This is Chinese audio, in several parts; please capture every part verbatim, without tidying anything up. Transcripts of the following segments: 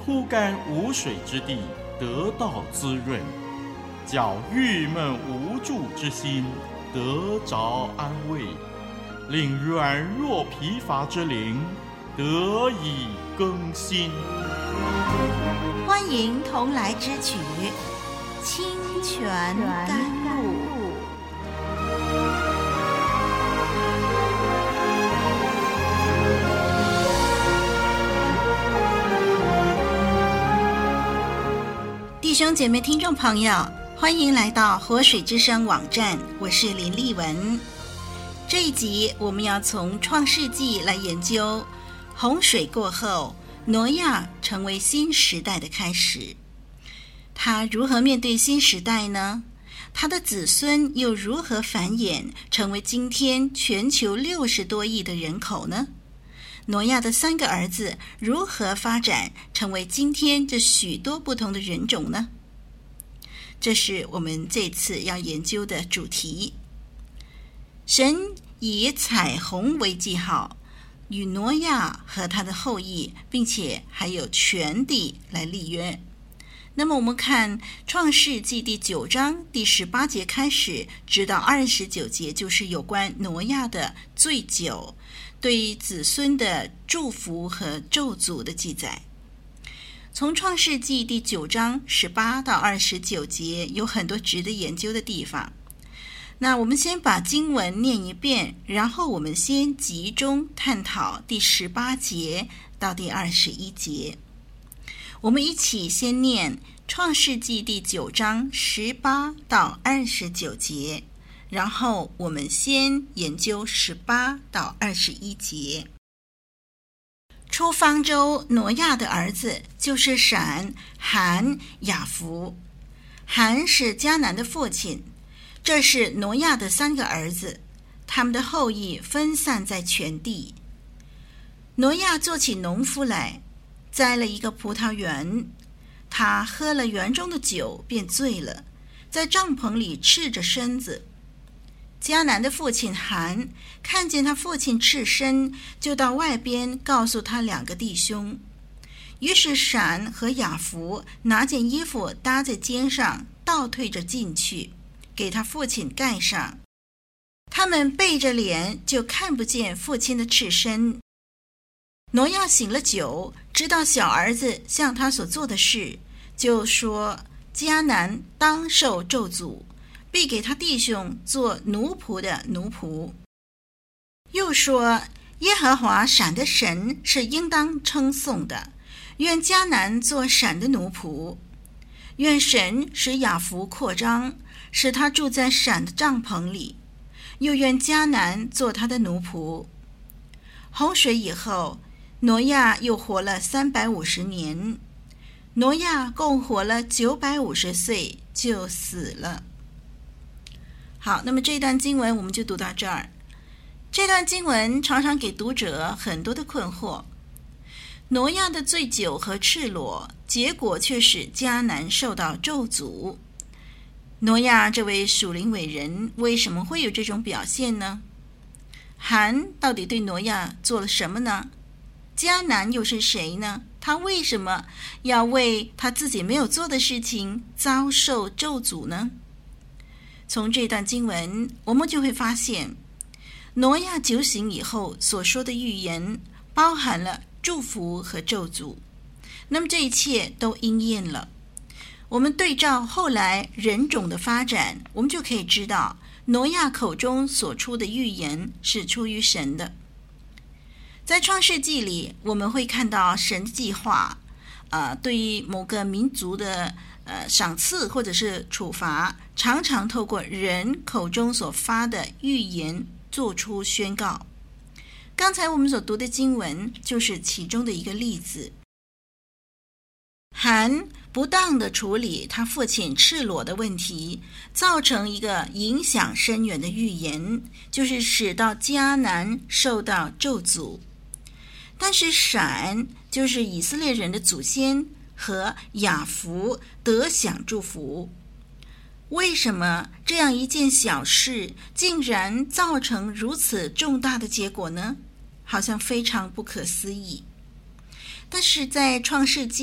枯干无水之地得到滋润，叫郁闷无助之心得着安慰，令软弱疲乏之灵得以更新。 欢迎同来之曲《清泉甘露》。弟兄姐妹听众朋友，欢迎来到活水之声网站，我是林丽文。这一集我们要从创世纪来研究洪水过后，挪亚成为新时代的开始。他如何面对新时代呢？他的子孙又如何繁衍，成为今天全球六十多亿的人口呢？挪亚的三个儿子如何发展，成为今天这许多不同的人种呢？这是我们这次要研究的主题。神以彩虹为记号，与挪亚和他的后裔，并且还有全地来立约。那么我们看创世纪第九章第十八节开始，直到二十九节，就是有关挪亚的醉酒对子孙的祝福和咒诅的记载。从创世纪第九章十八到二十九节有很多值得研究的地方。那我们先把经文念一遍，然后我们先集中探讨第十八节到第二十一节。我们一起先念创世纪第九章十八到二十九节，然后我们先研究十八到二十一节。出方舟挪亚的儿子就是闪、含、雅弗。含是迦南的父亲，这是挪亚的三个儿子，他们的后裔分散在全地。挪亚做起农夫来，栽了一个葡萄园，他喝了园中的酒，便醉了，在帐篷里赤着身子。迦南的父亲含看见他父亲赤身，就到外边告诉他两个弟兄。于是闪和雅弗拿件衣服搭在肩上，倒退着进去，给他父亲盖上。他们背着脸，就看不见父亲的赤身。挪亚醒了酒，知道小儿子向他所做的事，就说迦南当受咒诅，必给他弟兄做奴仆的奴仆。又说耶和华闪的神是应当称颂的，愿迦南做闪的奴仆。愿神使雅弗扩张，使他住在闪的帐篷里，又愿迦南做他的奴仆。洪水以后，挪亚又活了三百五十年。挪亚共活了九百五十岁就死了。好，那么这段经文我们就读到这儿。这段经文常常给读者很多的困惑。挪亚的醉酒和赤裸，结果却使迦南受到咒诅。挪亚这位属灵伟人为什么会有这种表现呢？含到底对挪亚做了什么呢？迦南又是谁呢？他为什么要为他自己没有做的事情遭受咒诅呢？从这段经文我们就会发现，挪亚酒醒以后所说的预言包含了祝福和咒诅，那么这一切都应验了。我们对照后来人种的发展，我们就可以知道挪亚口中所出的预言是出于神的。在创世纪里，我们会看到神的计划，呃，对于某个民族的呃赏赐或者是处罚，常常透过人口中所发的预言做出宣告。刚才我们所读的经文就是其中的一个例子。含不当的处理他父亲赤裸的问题，造成一个影响深远的预言，就是使到迦南受到咒诅。但是闪就是以色列人的祖先和雅弗得享祝福。为什么这样一件小事竟然造成如此重大的结果呢？好像非常不可思议。但是在创世纪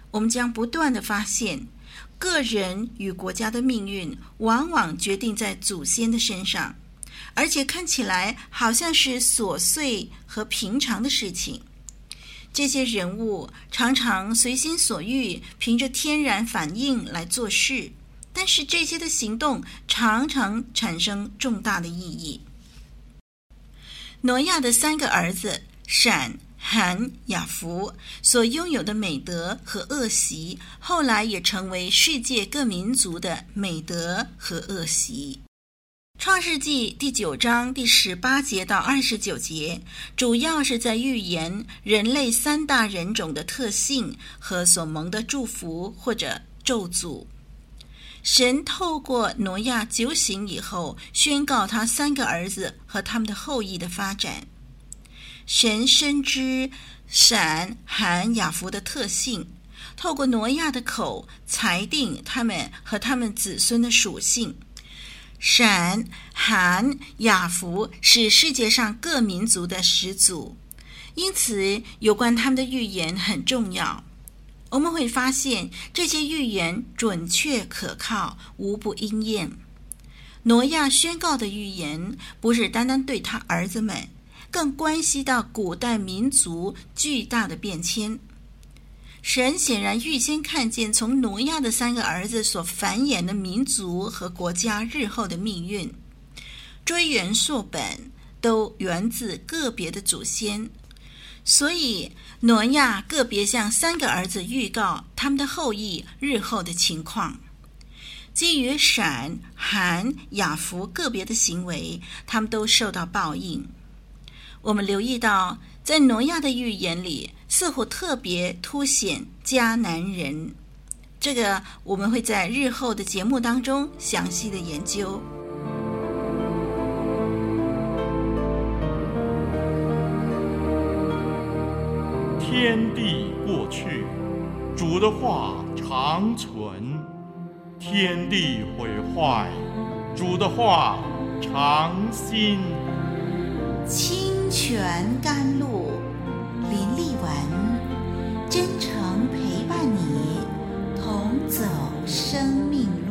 我们将不断地发现，个人与国家的命运往往决定在祖先的身上，而且看起来好像是琐碎和平常的事情。这些人物常常随心所欲，凭着天然反应来做事，但是这些的行动常常产生重大的意义。挪亚的三个儿子闪、含、雅弗所拥有的美德和恶习，后来也成为世界各民族的美德和恶习。创世纪第九章第十八节到二十九节，主要是在预言人类三大人种的特性和所蒙的祝福或者咒诅。神透过挪亚酒醒以后，宣告他三个儿子和他们的后裔的发展。神深知闪、含、雅弗的特性，透过挪亚的口裁定他们和他们子孙的属性。闪、含、雅弗是世界上各民族的始祖，因此有关他们的预言很重要。我们会发现这些预言准确可靠，无不应验。挪亚宣告的预言不是单单对他儿子们，更关系到古代民族巨大的变迁。神显然预先看见从挪亚的三个儿子所繁衍的民族和国家日后的命运，追源溯本都源自个别的祖先，所以挪亚个别向三个儿子预告他们的后裔日后的情况。基于闪、含、雅弗个别的行为，他们都受到报应。我们留意到，在挪亚的预言里，似乎特别凸显迦南人，这个我们会在日后的节目当中详细的研究。 天地过去，主的话长存；天地毁坏，主的话长新。 清泉甘露，林丽文真诚陪伴你，同走生命路。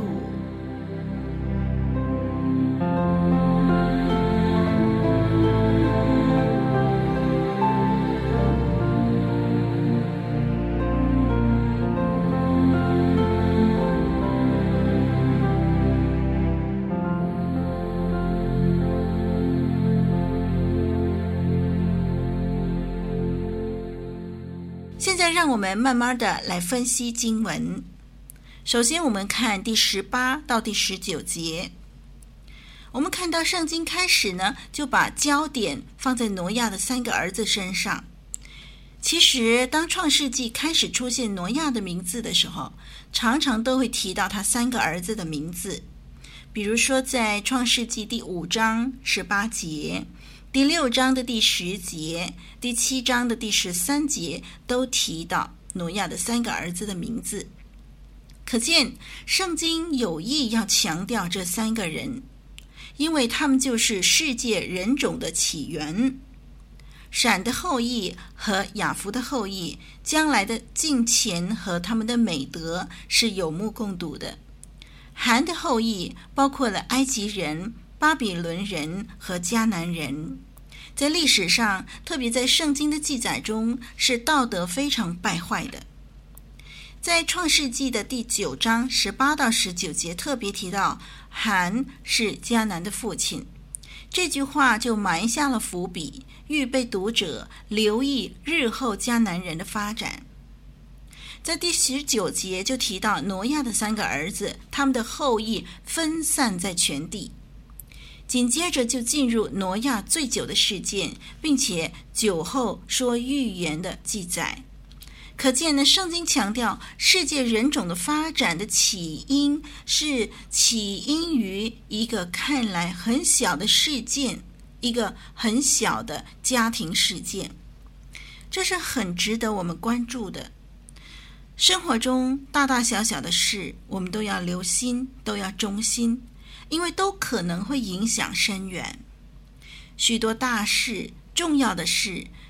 现在让我们慢慢的来分析经文。首先我们看第十八到第十九节。我们看到圣经开始呢，就把焦点放在挪亚的三个儿子身上。其实当创世纪开始出现挪亚的名字的时候，常常都会提到他三个儿子的名字。比如说在创世纪第五章十八节，第六章的第十节，第七章的第十三节都提到挪亚的三个儿子的名字。可见圣经有意要强调这三个人，因为他们就是世界人种的起源。闪的后裔和雅弗的后裔将来的敬虔和他们的美德是有目共睹的。含的后裔包括了埃及人、巴比伦人和迦南人，在历史上，特别在圣经的记载中，是道德非常败坏的。在创世纪的第九章十八到十九节特别提到含是迦南的父亲，这句话就埋下了伏笔，预备读者留意日后迦南人的发展。在第十九节就提到挪亚的三个儿子，他们的后裔分散在全地。紧接着就进入挪亚醉酒的事件，并且酒后说预言的记载。可见呢，圣经强调世界人种的发展的起因是起因于一个看来很小的事件，一个很小的家庭事件。这是很值得我们关注的。生活中大大小小的事，我们都要留心，都要忠心，因为都可能会影响深远。许多大事、重要的事，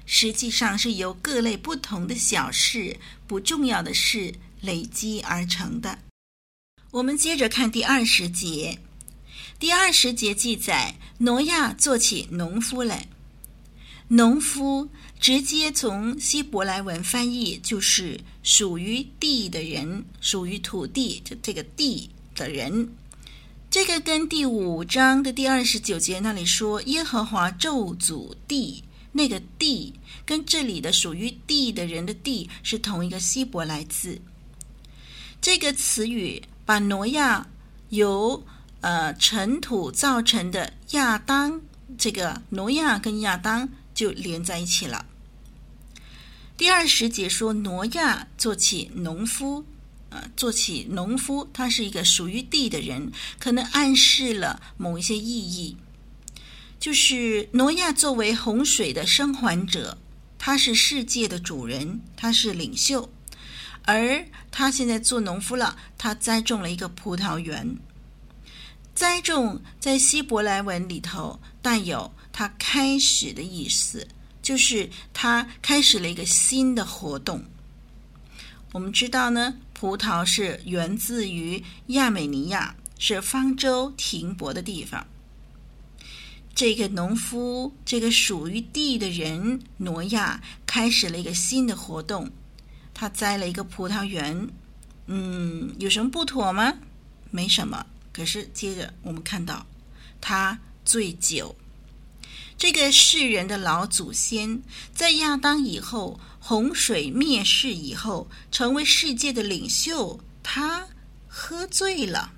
实际上是由各类不同的小事、不重要的事累积而成的。我们接着看第二十节。第二十节记载，挪亚做起农夫来。农夫直接从希伯来文翻译就是属于地的人，属于土地这个地的人。这个跟第五章的第二十九节那里说耶和华咒诅地，那个地跟这里的属于地的人的地是同一个希伯来字。这个词语把挪亚由呃尘土造成的亚当，这个挪亚跟亚当就连在一起了。第二十节说挪亚做起农夫，呃，做起农夫，他是一个属于地的人，可能暗示了某一些意义。就是挪亚作为洪水的生还者，他是世界的主人，他是领袖，而他现在做农夫了，他栽种了一个葡萄园。栽种在希伯来文里头带有他开始的意思，就是他开始了一个新的活动。我们知道呢，葡萄是源自于亚美尼亚，是方舟停泊的地方。这个农夫，这个属于地的人挪亚开始了一个新的活动，他栽了一个葡萄园。嗯，有什么不妥吗？没什么。可是接着我们看到他醉酒。这个世人的老祖先在亚当以后，洪水灭世以后，成为世界的领袖，他喝醉了。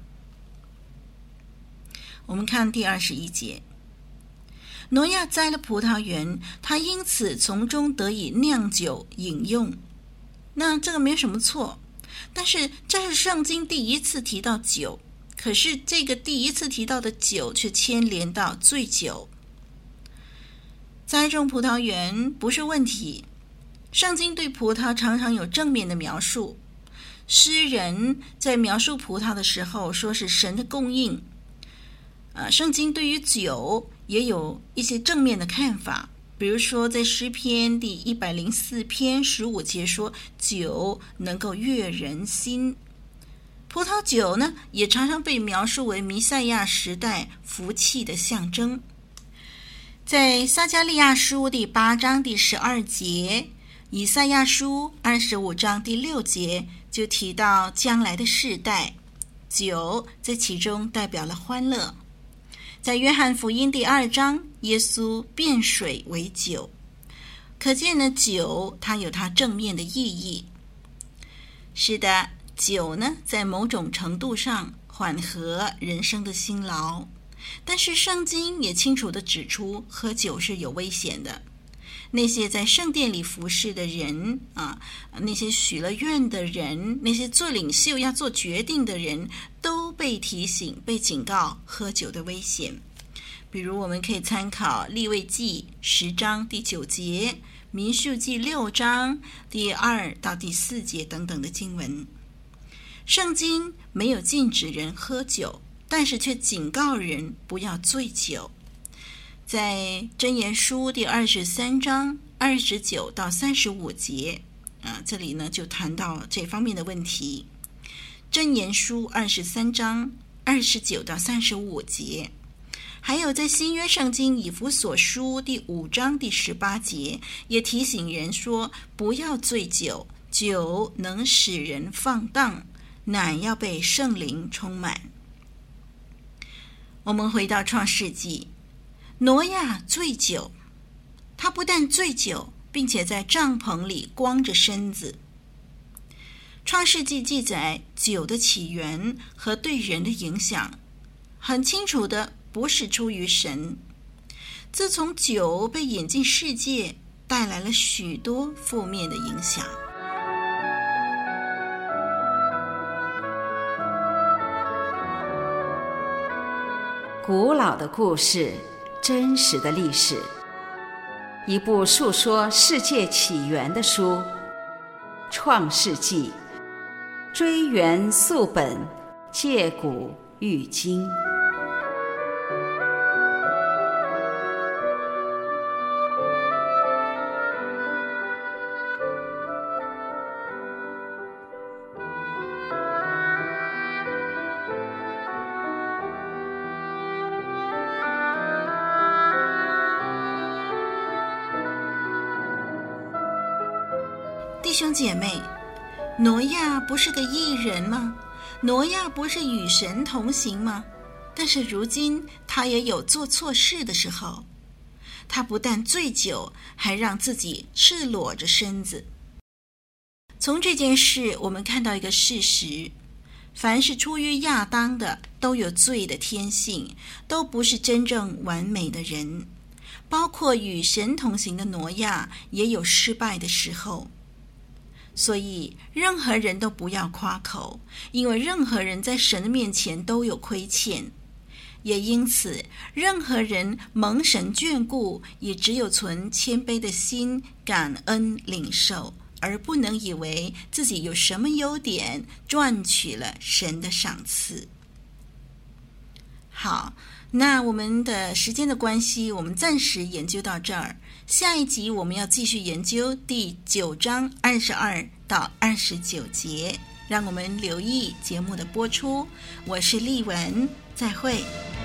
我们看第二十一节，挪亚栽了葡萄园，他因此从中得以酿酒饮用。那这个没有什么错，但是这是圣经第一次提到酒，可是这个第一次提到的酒却牵连到醉酒。栽种葡萄园不是问题，圣经对葡萄常常有正面的描述。诗人在描述葡萄的时候说是神的供应。呃，圣经对于酒也有一些正面的看法，比如说在诗篇第一百零四篇十五节说酒能够悦人心。葡萄酒呢，也常常被描述为弥赛亚时代福气的象征。在撒迦利亚书第八章第十二节，以赛亚书二十五章第六节就提到将来的世代，酒在其中代表了欢乐。在约翰福音第二章，耶稣变水为酒，可见呢，酒它有它正面的意义。是的，酒呢，在某种程度上缓和人生的辛劳，但是圣经也清楚地指出，喝酒是有危险的。那些在圣殿里服侍的人啊，那些许了愿的人，那些做领袖要做决定的人，都被提醒、被警告喝酒的危险。比如我们可以参考利未记十章第九节、民数记六章第二到第四节等等的经文。圣经没有禁止人喝酒，但是却警告人不要醉酒。在箴言书第二十三章二十九到三十五节啊，这里呢就谈到这方面的问题。箴言书二十三章二十九到三十五节，还有在新约圣经以弗所书第五章第十八节，也提醒人说不要醉酒，酒能使人放荡，乃要被圣灵充满。我们回到创世纪，挪亚醉酒，他不但醉酒，并且在帐篷里光着身子。创世纪记载酒的起源和对人的影响，很清楚的不是出于神。自从酒被引进世界，带来了许多负面的影响。 古老的故事，真实的历史，一部述说世界起源的书《创世纪》，追源溯本，借古喻今。 弟兄姐妹，挪亚不是个义人吗？挪亚不是与神同行吗？但是如今他也有做错事的时候，他不但醉酒，还让自己赤裸着身子。从这件事我们看到一个事实，凡是出于亚当的都有罪的天性，都不是真正完美的人，包括与神同行的挪亚也有失败的时候。所以任何人都不要夸口，因为任何人在神的面前都有亏欠，也因此任何人蒙神眷顾，也只有存谦卑的心，感恩领受，而不能以为自己有什么优点，赚取了神的赏赐。好，那我们的时间的关系，我们暂时研究到这儿。下一集我们要继续研究第九章二十二到二十九节，让我们留意节目的播出。我是丽文，再会。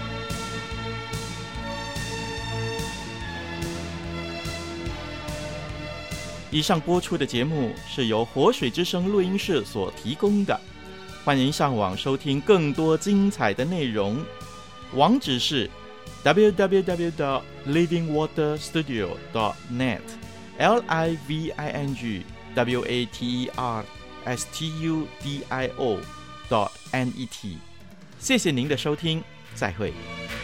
以上播出的节目是由活水之声录音室所提供的，欢迎上网收听更多精彩的内容。网址是 double-u double-u double-u dot living water studio dot net L I V I N G W A T E R S T U D I O dot N E T。 谢谢您的收听，再会。